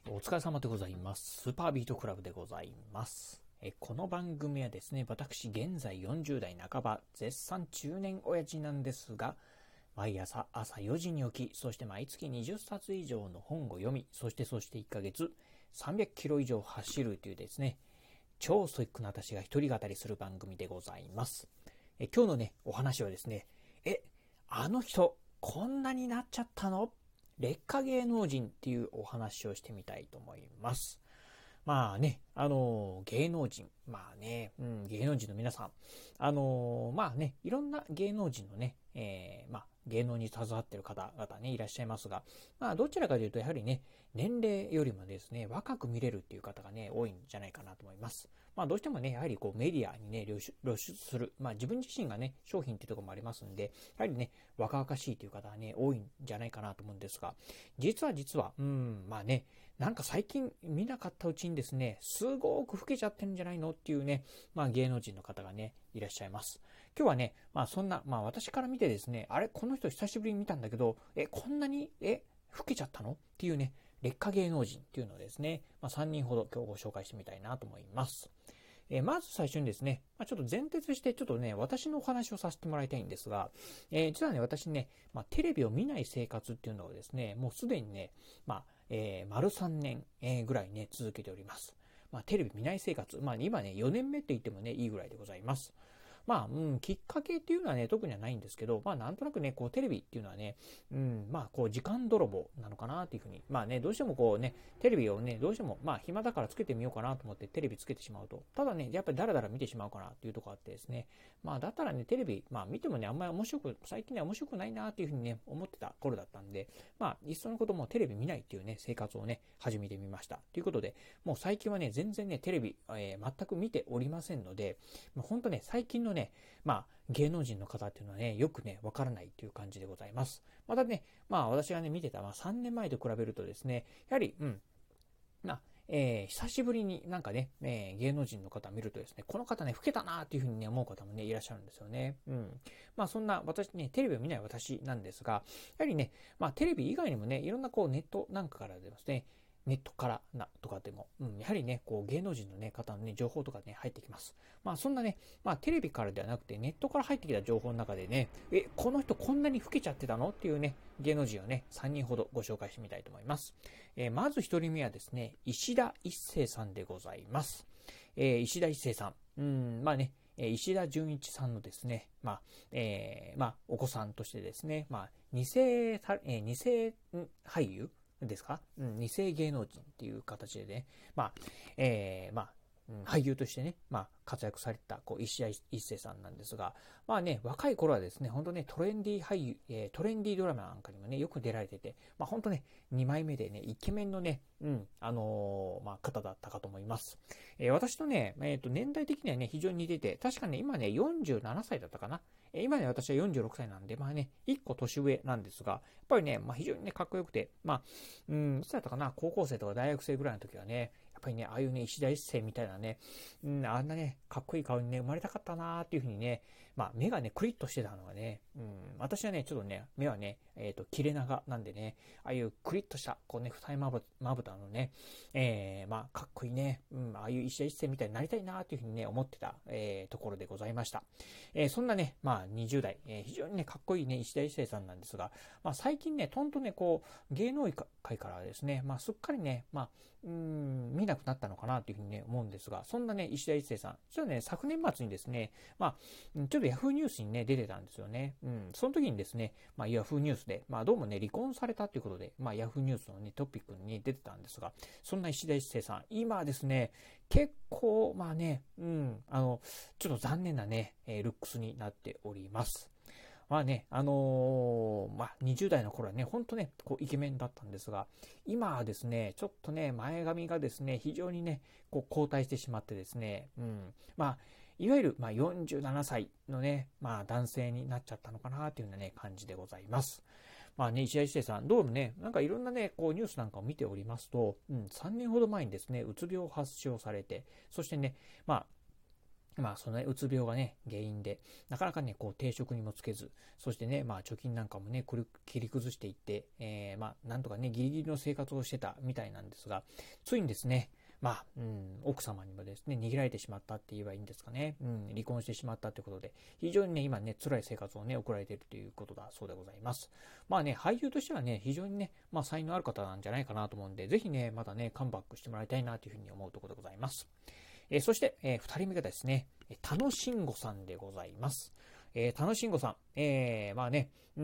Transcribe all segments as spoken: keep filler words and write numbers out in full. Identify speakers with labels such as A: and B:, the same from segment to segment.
A: お疲れ様でございます。スーパービートクラブでございます。えこの番組はですね、私現在よんじゅう代半ば、絶賛中年親父なんですが、毎朝朝よじに起き、そして毎月にじゅっさつ以上の本を読み、そしてそしていっかげつさんびゃくキロ以上走るというですね、超ストイックな私が一人語りする番組でございます。え今日のね、お話はですね、え、あの人、こんなになっちゃったの？劣化芸能人っていうお話をしてみたいと思います。まあね、あのー、芸能人、まあね、うん、芸能人の皆さん、あのー、まあね、いろんな芸能人のね、えー、まあ、芸能に携わっている方々ね、いらっしゃいますが、まあ、どちらかというと、やはりね、年齢よりもですね、若く見れるっていう方がね、多いんじゃないかなと思います。まあ、どうしてもね、やはりこう、メディアにね、露出露出する、まあ、自分自身がね、商品っていうところもありますんで、やはりね、若々しいという方はね、多いんじゃないかなと思うんですが、実は実は、うん、まあね、なんか最近見なかったうちにですね、すごく老けちゃってるんじゃないのっていうね、まあ芸能人の方がね、いらっしゃいます。今日はね、まあそんな、まあ私から見てですね、あれ、この人久しぶりに見たんだけど、え、こんなに、え、老けちゃったのっていうね、劣化芸能人っていうのをですね、まあさんにんほど今日ご紹介してみたいなと思います。えー、まず最初にですね、まあ、ちょっと前提してちょっとね、私のお話をさせてもらいたいんですが、えー、実はね、私ね、まあ、テレビを見ない生活っていうのをですね、もうすでにね、まあ、えー、丸さんねん、えー、ぐらいね、続けております。まあ、テレビ見ない生活、まあ、今ね、よねんめって言ってもね、いいぐらいでございます。まあ、うん、きっかけっていうのはね、特にはないんですけど、まあ、なんとなくね、こう、テレビっていうのはね、うん、まあ、こう、時間泥棒なのかなっていうふうに、まあね、どうしてもこうね、テレビをね、どうしても、まあ、暇だからつけてみようかなと思ってテレビつけてしまうと、ただね、やっぱりダラダラ見てしまうかなっていうところあってですね、まあ、だったらね、テレビ、まあ、見てもね、あんまり面白く、最近ね、面白くないなっていうふうにね、思ってた頃だったんで、まあ、いっそのこともテレビ見ないっていうね、生活をね、始めてみました。ということで、もう最近はね、全然ね、テレビ、えー、全く見ておりませんので、本当ね、最近のね、まあ、芸能人の方っていうのはね、よくね、わからないという感じでございます。またね、まあ私がね、見てた、まあさんねんまえと比べるとですね、やはり、うん、まあ、えー、久しぶりになんかね、えー、芸能人の方見るとですね、この方ね、老けたなーっていうふうにね、思う方もね、いらっしゃるんですよね。うん。まあそんな、私ね、テレビを見ない私なんですが、やはりね、まあテレビ以外にもね、いろんなこうネットなんかからですね、ネットからなとかでも、うん、やはりね、こう芸能人のね、方のね、情報とかね、入ってきます。まあそんなね、まあテレビからではなくて、ネットから入ってきた情報の中でね、え、この人こんなに老けちゃってたのっていうね、芸能人をね、さんにんほどご紹介してみたいと思います。えー、まずひとりめはですね、石田一生さんでございます。えー、石田一生さん。うん、まあね、石田純一さんのですね、まあ、えー、まあ、お子さんとしてですね、まあ、二世、えー、二世俳優ですか、うん、二世芸能人っていう形でね、まあ、えー、まあ、俳優としてね、まあ、活躍されたこう石田一生さんなんですが、まあね、若い頃はですね、本当ね、トレンディー俳優、えー、トレンディードラマなんかにもね、よく出られてて、まあ本当ね、にまいめでね、イケメンのね、うん、あのー、まあ方だったかと思います。えー、私とね、えっ、ー、と、年代的にはね、非常に似てて、確かね、今ね、よんじゅうななさいだったかな。えー、今ね、私はよんじゅうろくさいなんで、まあね、いっこ年上なんですが、やっぱりね、まあ非常にね、かっこよくて、まあ、うん、いつだったかな、高校生とか大学生ぐらいの時はね、やっぱりね、ああいうね、石田一生みたいなね、うん、あんなね、かっこいい顔にね、生まれたかったなーっていうふうにね、まあ、目がね、クリッとしてたのがね、うん、私はね、ちょっとね、目はね、えっ、ー、と、切れ長なんでね、ああいうクリッとした、こうね、二重まぶまぶたのね、えー、まあ、かっこいいね、うん、ああいう石田一世みたいになりたいなーっていうふうにね、思ってた、えー、ところでございました。えー、そんなね、まあ、にじゅう代、えー、非常にね、かっこいいね、石田一世さんなんですが、まあ、最近ね、とんとね、こう、芸能界からですね、まあ、すっかりね、まあ、うん、見なくなったのかなというふうにね、思うんですが、そんなね、石田一生さん、実はね、昨年末にですね、まあ、ちょっとヤフーニュースにね、出てたんですよね。うん、その時にですね、まあ、ヤフーニュースで、まあ、どうもね、離婚されたということで、まあ、ヤフーニュースのね、トピックに出てたんですが、そんな石田一生さん、今はですね、結構、まあね、うん、あの、ちょっと残念なね、ルックスになっております。まあね、あのー、まあ、にじゅう代の頃はね、ほんとね、こう、イケメンだったんですが、今はですね、ちょっとね、前髪がですね、非常にね、こう、後退してしまってですね、うん、まあ、いわゆる、まあ、よんじゅうななさいのね、まあ、男性になっちゃったのかな、というようなね、感じでございます。まあね、石田一生さん、どうもね、なんかいろんなね、こう、ニュースなんかを見ておりますと、うん、さんねんほど前にですね、うつ病を発症されて、そしてね、まあ、 まあ、そのね、うつ病がね、原因で、なかなかね、こう、定職にもつけず、そしてね、まあ、貯金なんかもね、切り崩していって、えー、まあ、なんとかね、ギリギリの生活をしてたみたいなんですが、ついにですね、まあ、うん、奥様にもですね、逃げられてしまったって言えばいいんですかね。うん、離婚してしまったということで、非常にね、今ね、辛い生活をね、送られているということだそうでございます。まあね、俳優としてはね、非常にね、まあ、才能ある方なんじゃないかなと思うんで、ぜひね、またね、カムバックしてもらいたいなというふうに思うところでございます。えー、そして、えー、ふたりめがですね、田野慎吾さんでございます。えー、田野慎吾さん、えー、まあね、うん、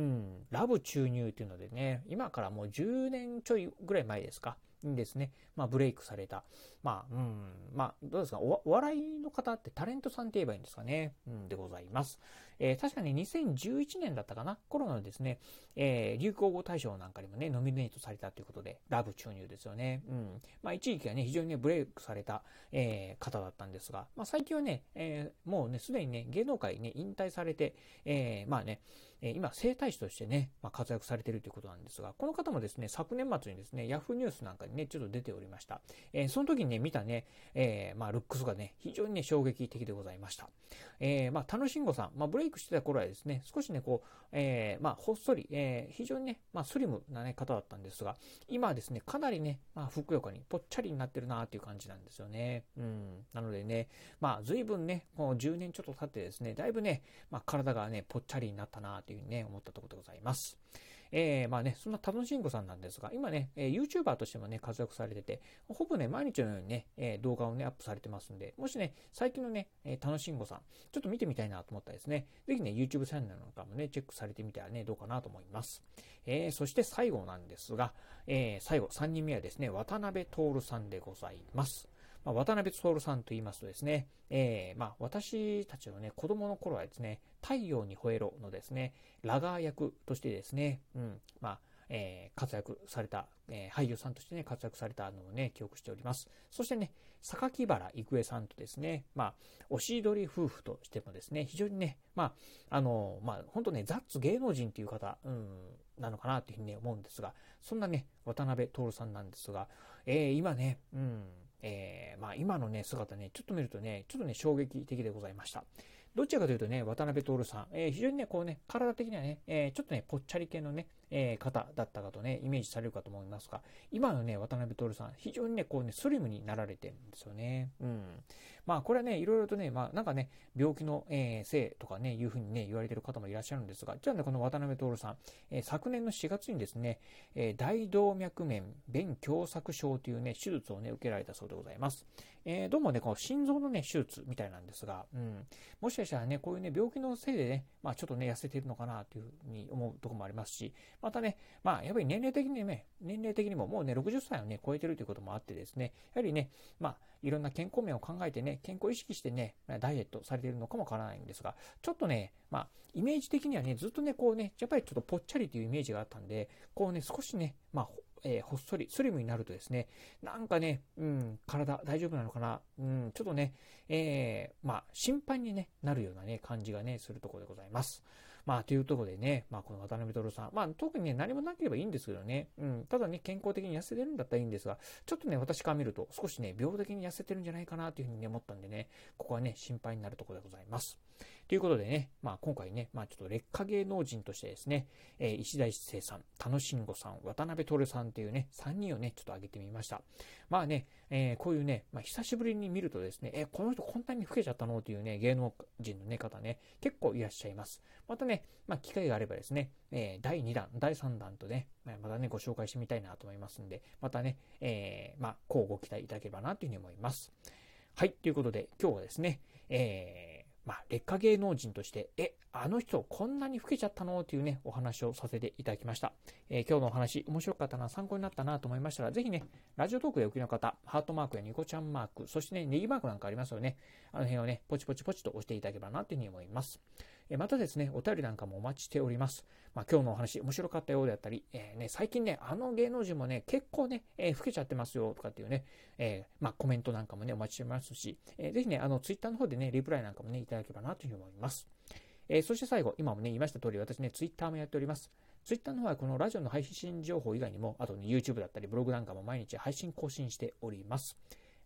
A: ラブ注入というのでね、今からもうじゅうねんちょいぐらい前ですか、にですね、まあ、ブレイクされた、まあ、うん、まあ、どうですか、お、お笑いの方ってタレントさんって言えばいいんですかね、うん、でございます。えー、確かににせんじゅういちねんだったかな、コロナのですね、えー、流行語大賞なんかにもね、ノミネートされたということで、ラブ注入ですよね。うん。まあ、一時期はね、非常にね、ブレイクされた、えー、方だったんですが、まあ、最近はね、えー、もうね、すでにね、芸能界ね、引退されて、えー、まあね、えー、今、整体師としてね、まあ、活躍されているということなんですが、この方もですね、昨年末にですね、ヤフーニュースなんかにね、ちょっと出ておりました。えー、その時にね、見たね、えー、まあ、ルックスがね、非常にね、衝撃的でございました。えー、まあ、田野慎吾さん、まあ、ブレイクしてた頃はですね、少しね、こう、えー、まあ、ほっそり、えー、非常にね、まあ、スリムな、ね、方だったんですが、今はですね、かなりね、まあ、ふくよかに、ぽっちゃりになってるなという感じなんですよね。うん。なのでね、まあ、随分ね、もうじゅうねんちょっと経ってですね、だいぶね、まあ、体がね、ぽっちゃりになったなというふうにね、思ったところでございます。えー、まあね、そんな田野慎吾さんなんですが、今ね、えー、YouTuber としてもね、活躍されてて、ほぼね、毎日のようにね、えー、動画をね、アップされてますんで、もしね、最近のね、えー、田野慎吾さん、ちょっと見てみたいなと思ったらですね、ぜひね、YouTube チャンネルなんかもね、チェックされてみたらね、どうかなと思います。えー、そして最後なんですが、えー、最後、さんにんめはですね、渡辺徹さんでございます。まあ、渡辺徹さんと言いますとですね、えー、まあ、私たちのね、子供の頃はですね、太陽に吠えろのですね、ラガー役としてですね、うん、まあ、えー、活躍された、えー、俳優さんとしてね、活躍されたのをね、記憶しております。そしてね、榊原郁恵さんとですね、まあ、おしどり夫婦としてもですね、非常にね、まあ、あの、まあ、本当ね、ザッツ芸能人という方、うん、なのかなというふうに、ね、思うんですが、そんなね、渡辺徹さんなんですが、えー、今ね、うん、えー、まあ今のね、姿ね、ちょっと見るとね、ちょっとね、衝撃的でございました。どちらかというとね、渡辺徹さん、えー、非常にね、こうね、体的にはね、えー、ちょっとね、ぽっちゃり系のね、えー、方だったかとね、イメージされるかと思いますが、今のね、渡辺徹さん、非常にね、こうね、スリムになられてるんですよね。うん。まあ、これはね、いろいろとね、まあ、なんかね、病気の、えー、せいとかね、いうふうにね、言われてる方もいらっしゃるんですが、じゃあね、この渡辺徹さん、えー、昨年のしがつにですね、えー、大動脈面弁狭窄症というね、手術をね、受けられたそうでございます。えー、どうもね、この心臓のね、手術みたいなんですが、うん、もしかしたらね、こういうね、病気のせいでね、まあちょっとね、痩せているのかなというふうに思うところもありますし、またね、まあやっぱり年齢的にね、年齢的にももうね、ろくじゅっさいをね、超えてるということもあってですね、やはりね、まあいろんな健康面を考えてね、健康を意識してね、ダイエットされているのかもわからないんですが、ちょっとね、まあイメージ的にはね、ずっとね、こうね、やっぱりちょっとぽっちゃりというイメージがあったんで、こうね、少しね、まあえー、ほっそり、スリムになるとですね、なんかね、うん、体大丈夫なのかな、うん、ちょっとね、えー、まあ、心配に、ね、なるようなね、感じがね、するところでございます。まあ、というところでね、まあ、この渡辺徹さん、まあ、特にね、何もなければいいんですけどね、うん、ただね、健康的に痩せてるんだったらいいんですが、ちょっとね、私から見ると、少しね、病的に痩せてるんじゃないかなというふうに、ね、思ったんでね、ここはね、心配になるところでございます。ということでね、まあ、今回ね、まあ、ちょっと劣化芸能人としてですね、えー、石田一生さん、田野慎吾さん、渡辺徹さんというね、さんにんをね、ちょっと挙げてみました。まあね、えー、こういうね、まあ、久しぶりに見るとですね、えー、この人こんなに老けちゃったのというね、芸能人の、ね、方ね、結構いらっしゃいます。またね、まあ、機会があればですね、えー、だいにだん、だいさんだんとね、またね、ご紹介してみたいなと思いますんで、またね、えー、まあ、こうご期待いただければなというふうに思います。はい、ということで、今日はですね、えー、まあ、劣化芸能人として、え、あの人こんなに老けちゃったのというね、お話をさせていただきました。えー、今日のお話、面白かったな、参考になったなと思いましたら、ぜひね、ラジオトークでお聞きの方、ハートマークやニコちゃんマーク、そしてね、ネギマークなんかありますよね。あの辺をね、ポチポチポチと押していただければなというふうに思います。えー、またですね、お便りなんかもお待ちしております。まあ、今日のお話、面白かったようであったり、えーね、最近ね、あの芸能人もね、結構ね、えー、老けちゃってますよとかっていうね、えー、まあ、コメントなんかもね、お待ちしてますし、えー、ぜひね、あの、ツイッターの方でね、リプライなんかもね、いただければなというふうに思います。えー、そして最後、今もね、言いました通り、私ね、ツイッターもやっております。ツイッターの方はこのラジオの配信情報以外にも、あとね、YouTube だったりブログなんかも毎日配信更新しております。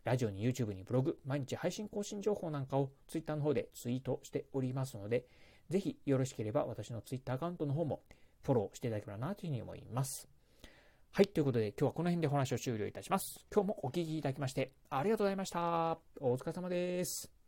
A: ラジオに YouTube にブログ、毎日配信更新情報なんかを Twitter の方でツイートしておりますので、ぜひよろしければ私の Twitter アカウントの方もフォローしていただければなというふうに思います。はい、ということで今日はこの辺でお話を終了いたします。今日もお聞きいただきましてありがとうございました。お疲れ様です。